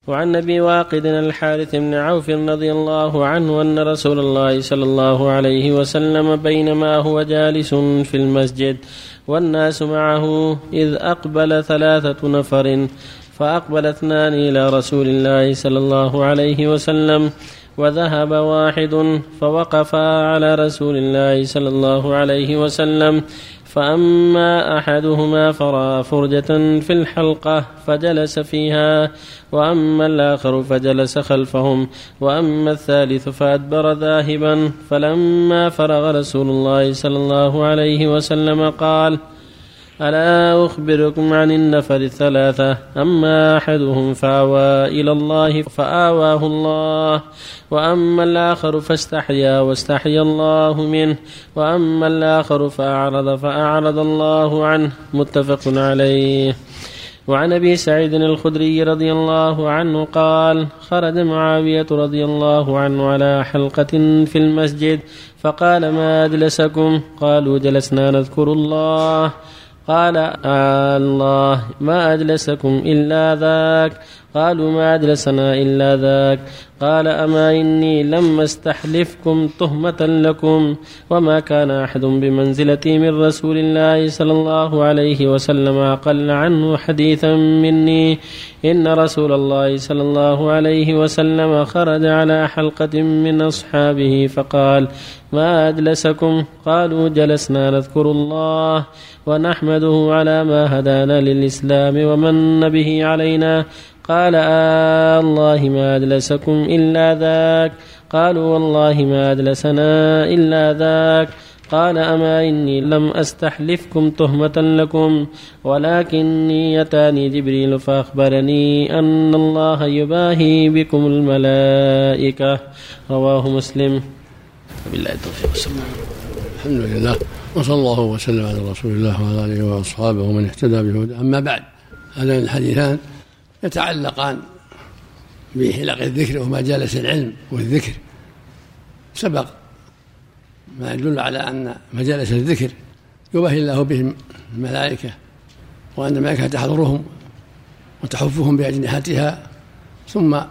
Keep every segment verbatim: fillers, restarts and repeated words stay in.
وعن أبي واقد الحارث بن عوف رضي الله عنه أن رسول الله صلى الله عليه وسلم بينما هو جالس في المسجد والناس معه إذ أقبل ثلاثة نفر، فأقبل اثنان إلى رسول الله صلى الله عليه وسلم وذهب واحد، فوقفا على رسول الله صلى الله عليه وسلم، فأما أحدهما فرأى فرجة في الحلقة فجلس فيها، وأما الآخر فجلس خلفهم، وأما الثالث فأدبر ذاهبا. فلما فرغ رسول الله صلى الله عليه وسلم قال: ألا أخبركم عن النفر الثلاثة؟ أما أحدهم فآوى إلى الله فآواه الله، وأما الآخر فاستحيا واستحيا الله منه، وأما الآخر فأعرض فأعرض الله عنه. متفق عليه. وعن أبي سعيد الخدري رضي الله عنه قال: خرج معاوية رضي الله عنه على حلقة في المسجد فقال: ما أجلسكم؟ قالوا: جلسنا نذكر الله. قال: آه الله ما أجلسكم إلا ذاك. قالوا: ما أجلسنا إلا ذاك. قال: أما إني لم أستحلفكم تهمة لكم، وما كان أحد بمنزلتي من رسول الله صلى الله عليه وسلم أقل عنه حديثا مني. إن رسول الله صلى الله عليه وسلم خرج على حلقة من أصحابه فقال: ما أجلسكم؟ قالوا: جلسنا نذكر الله ونحمده على ما هدانا للإسلام ومن به علينا. قال: آه الله ما أجلسكم إلا ذاك. قالوا: والله ما أجلسنا إلا ذاك. قال: أما إني لم أستحلفكم تهمة لكم، ولكني أتاني جبريل فأخبرني أن الله يباهي بكم الملائكة. رواه مسلم. بالله التوفيق والسلام. الحمد لله، وصلى الله وسلم على رسول الله وعلى آله وأصحابه ومن اهتدى بهداه. أما بعد، هذان الحديثان يتعلقان بحلق الذكر ومجالس العلم والذكر. سبق ما يدل على أن مجالس الذكر يباهي الله بهم الملائكة، وأن الملائكة تحضرهم وتحفهم بأجنحتها، ثم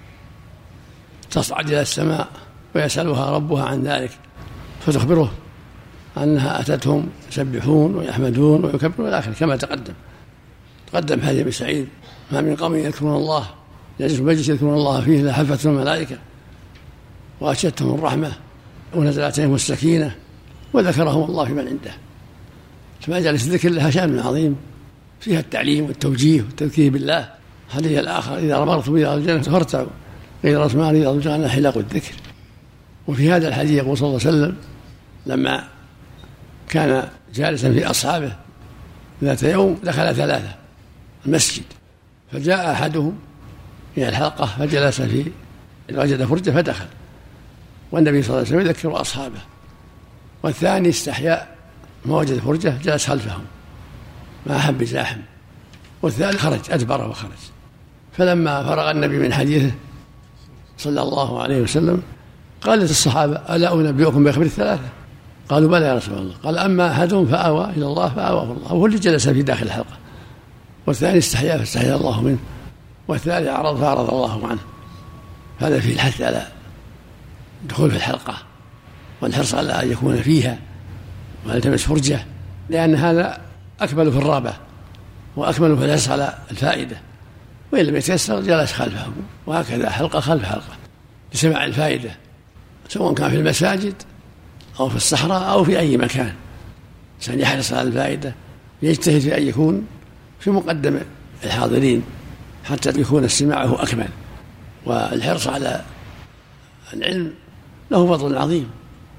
تصعد إلى السماء ويسألها ربها عن ذلك فتخبره أنها أتتهم يسبحون ويحمدون ويكبرون الآخر كما تقدم تقدم حديث أبي سعيد: ما من قوم يذكرون الله يجلس مجلس يذكرون الله فيه لحفتهم الملائكة وأشتهم الرحمة ونزلت عليهم السكينة وذكرهم الله في من عنده. فمجالس الذكر لها شأن عظيم فيها التعليم والتوجيه والتذكير بالله. حديث الآخر: إذا رمرتم إلى الجنة فارتعوا، غير رسمان إذا رجعنا حلق الذكر. وفي هذا الحديث يقول صلى الله عليه وسلم: لما كان جالسا في أصحابه ذات يوم دخل ثلاثة المسجد، فجاء أحدهم إلى الحلقة فجلس في وجد فرجة فدخل، والنبي صلى الله عليه وسلم يذكر أصحابه. والثاني استحيا ما وجد فرجة جلس خلفهم ما أحب زاحم. والثالث خرج أدبر وخرج. فلما فرغ النبي من حديثه صلى الله عليه وسلم قالت الصحابة: ألا أنبئكم بخبر الثلاثة؟ قالوا: بلى يا رسول الله. قال: أما أحدهم فآوى إلى الله فآواه الله، وهو اللي جلس في داخل الحلقة. والثاني استحيا فاستحيا الله منه. والثالث أعرض فأعرض الله عنه. هذا فيه الحث على الدخول في الحلقة والحرص على أن يكون فيها ويلتمس فرجة، لأن هذا أكمل في الرغبة وأكمل في الحرص على الفائدة. وإن لم يتيسر جلس خلفهم، وهكذا حلقة خلف حلقة لسماع الفائدة، سواء كان في المساجد أو في الصحراء أو في أي مكان. عشان يحرص على الفائدة يجتهد في أن يكون في مقدم الحاضرين حتى يكون استماعه أكمل. والحرص على العلم له فضل عظيم،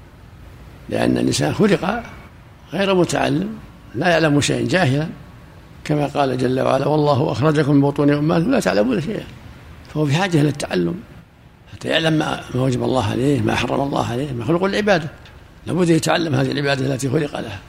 لأن الإنسان خلق غير متعلم لا يعلم شيئا جاهلا، كما قال جل وعلا: والله أخرجكم من بطون أمهاتكم لا تعلمون شيئا. فهو في حاجة للتعلم حتى يعلم ما وجب الله عليه، ما حرم الله عليه، ما خلق العبادة. لابد يتعلم هذه العبادة التي خلق لها.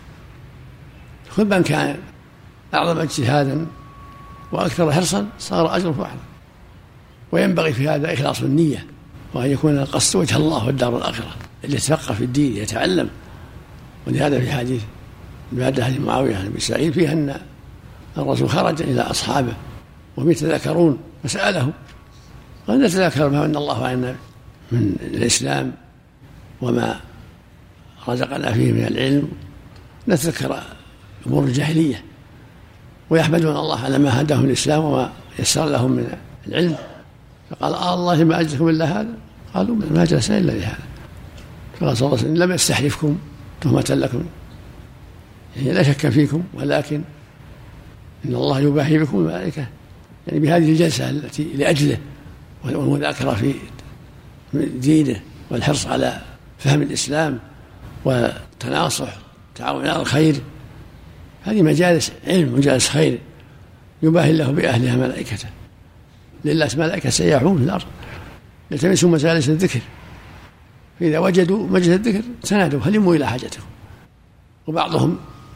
كل من كان أعظم اجتهادا وأكثر حرصا صار أجره أعظم. وينبغي في هذا إخلاص النية، وأن يكون القصد وجه الله والدار الآخرة، اللي يتفقه في الدين يتعلم. ولهذا في حديث بعد حديث معاوية عن أبي سعيد فيه أن الرسول خرج إلى أصحابه وهم يتذاكرون فسأله ونتذكر ما من الله علينا من الإسلام وما رزقنا فيه من العلم، نتذكر أمور الجاهلية ويحمدون الله على ما هداهم الإسلام وما يسر لهم من العلم. فقال آه الله ما أجلكم إلا هذا، قالوا ما جلسنا إلا لهذا. فقال صلى الله عليه وسلم لم يستحلفكم تهمة لكم، يعني لا شك فيكم، ولكن إن الله يباهي بكم الملائكة، يعني بهذه الجلسة التي لأجله والمذاكرة في دينه والحرص على فهم الإسلام والتناصح والتعاون على الخير. هذه مجالس علم ومجالس خير يباهي الله بأهلها ملائكته، لله ملائكة سيحون في الأرض يلتمسون مجالس الذكر، فإذا وجدوا مجلس الذكر تنادوا هلموا إلى حاجتكم. وبعضهم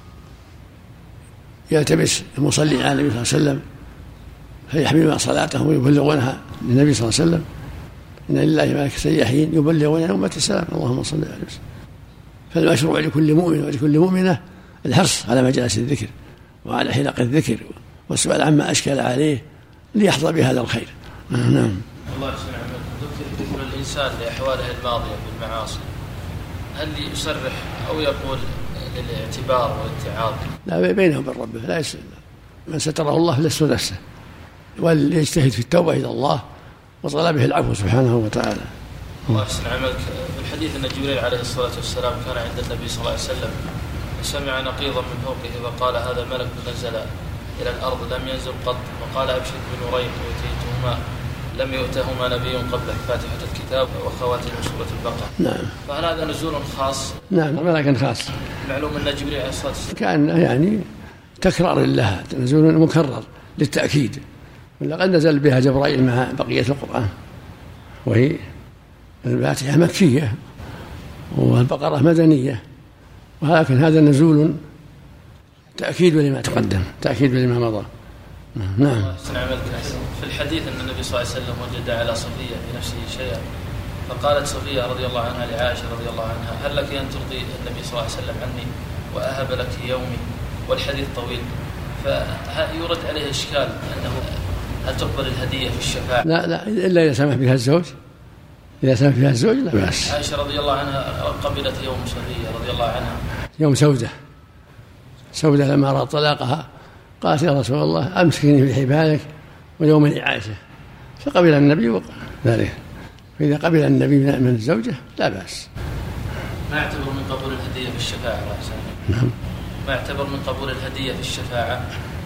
يلتمس المصلي على النبي صلى الله عليه وسلم فيحملون صلاتهم ويبلغونها للنبي صلى الله عليه وسلم، إن لله ملائكة سياحين يبلغون أمة السلام اللهم صل عليه وسلم. فالمشروع لكل مؤمن ولكل مؤمنة الحرص على مجالس الذكر وعلى حلق الذكر والسؤال عما أشكل عليه ليحظى بهذا الخير. نعم. الله يسلمك. ذكر ذكر الإنسان لأحواله الماضية بالمعاصي، هل يصرح أو يقول للاعتبار والاتعاظ؟ لا، بينه وبين ربه، لا يسأل من ستره الله لست نفسه، وليجتهد في التوبة إلى الله وطلبه العفو سبحانه وتعالى. الله يحسن عملك. في الحديث أن جبريل عليه الصلاة والسلام كان عند النبي صلى الله عليه وسلم سمع نقيضا من فوقه فقال هذا ملك نزل إلى الأرض لم ينزل قط، وقال أبشر بنورين أوتيتهما لم يؤتهما نبي قبلك، فاتحة الكتاب وخواتم سورة البقرة. نعم. فهل هذا نزول خاص؟ نعم، ملك خاص. معلوم أن جبريل عليه الصلاة والسلام كان يعني تكرار لها، نزول مكرر للتأكيد، ولقد نزل بها جبرائيل مع بقية القرآن، وهي الفاتحة مكية والبقرة مدنية، ولكن هذا نزول تأكيد لما تقدم، تأكيد لما مضى. نعم. في الحديث أن النبي صلى الله عليه وسلم وجد على صفية بنفسه شيئا، فقالت صفية رضي الله عنها لعائشة رضي الله عنها هل لك أن ترضي النبي صلى الله عليه وسلم عني وأهب لك يومي، والحديث طويل، فيرد عليه إشكال أنه هل تقبل الهدية في الشفاعة؟ لا لا، إلا إذا سمح بها الزوج، إذا سمح بها الزوج لا بأس. عائشة رضي الله عنها قبلت يوم صفية رضي الله عنها، يوم سودة سودة لما أراد طلاقها قالت يا رسول الله أمسكني في حبالك ويوم عائشة، فقبل النبي ذلك. فإذا قبل النبي من الزوجة لا بأس. ما يعتبر من قبول الهدية في الشفاعة؟ نعم. ما يعتبر من قبول الهدية في الشفاعة؟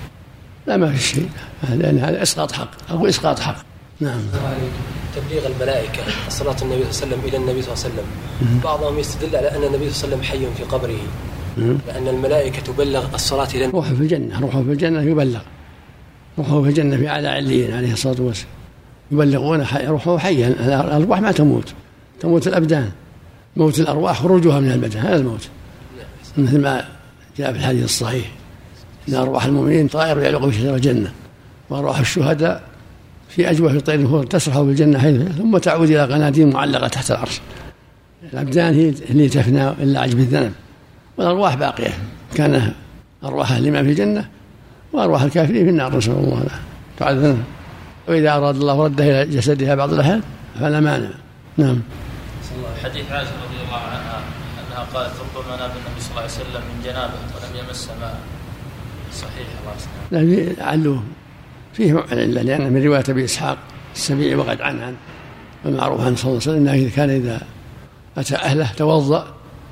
لا، ما في شيء، لأن هذا إسقاط حق أو إسقاط حق. نعم. تبليغ الملائكة صلاة النبي صلى الله عليه وسلم إلى النبي صلى الله عليه وسلم، بعضهم يستدل على أن النبي صلى الله عليه وسلم حي في قبره، لأن الملائكة تبلغ الصلاة إلى روحه في الجنة، روحه في الجنة يبلغ، روحه في الجنة في أعلى عليين عليه الصلاة والسلام، يبلغون روحه حيا. الأرواح ما تموت، تموت الأبدان، موت الأرواح خروجها من البدن، هذا الموت، مثل ما جاء في الحديث الصحيح إن أرواح المؤمنين طائر يعلق في شجر الجنة، وأرواح الشهداء في أجوف طير الهور تسرح بالجنة حيث ثم تعود إلى قناديل معلقة تحت العرش. الأبدان هي اللي تفنى إلا عجب الذنب، والأرواح باقية، كان أرواح أهل الإيمان في الجنة وأرواح الكافرين في النار، نسأل الله لا تعذبهم، وإذا أراد الله ردها إلى جسدها بعض الأحيان فلا مانع. نعم. حديث عائشة رضي الله عنها أنها قالت ربما ناب النبي صلى الله عليه وسلم من جنابه ولم يمس ماء، صحيح الله يسلمك؟ لا، علوه فيه علة، لأن من رواية أبي إسحاق السبيعي وقد عن عن المعروف عن صلى الله عليه وسلم أنه كان إذا أتى أهله توضأ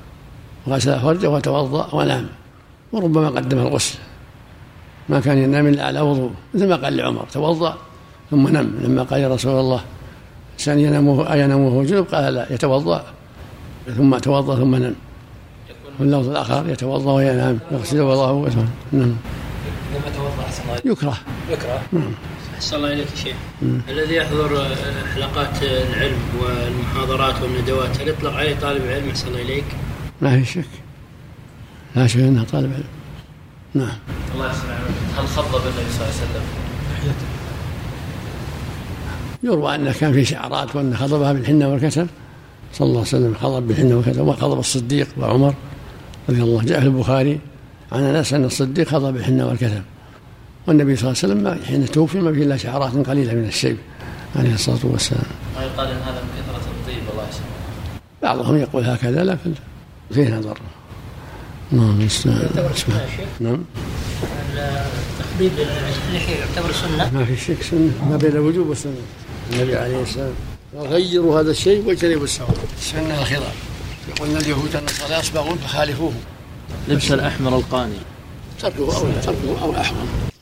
وغسل فرجه وتوضأ ونام، وربما قدم الغسل، ما كان ينام إلا على وضوء، مثل ما قال لعمر توضأ ثم نم، لما قال يا رسول الله إنسان ينام وهو جنب، قال لا، يتوضأ ثم توضأ ثم نم. واللفظ الآخر يتوضأ وينام يغسل وضوءه وينام. نعم. لما توضأ أحسن الله يكره يكره. نعم. أحسن الله إليك شيخ. الذي يحضر حلقات العلم والمحاضرات والندوات هل يطلق عليه طالب علم؟ أحسن الله إليك. ما في شك، لا شك أنه طالب علم. نعم. الله يسلمك. هل خضب النبي صلى الله عليه وسلم؟ يروى أنه كان في شعرات وأن خضبها بالحنة والكتم صلى الله عليه وسلم، خضب بالحنة والكتم، وخضب الصديق وعمر رضي الله عنه. جاء في البخاري عن أنس أن الصديق خضب بالحنة والكتم، والنبي صلى الله عليه وسلم حين توفي ما فيه إلا شعرات قليلة من الشيب. عليه الصلاة والسلام. ويقال إن هذا من كثرة الطيب الله يسلمك. بعضهم يقول هكذا لكن فيه نظر. نعم يعتبر سنة. نعم. التخبيب اللحية يعتبر سنة. ما في شك سنة، ما بين الوجوب والسنة. النبي عليه السلام غيروا هذا الشيء واجتنبوا السواد. السنة الخضر. يقولون اليهود النصارى يصبغون فخالفوهم. لبس الأحمر القاني تركه أولى، تركه أولى أحرم.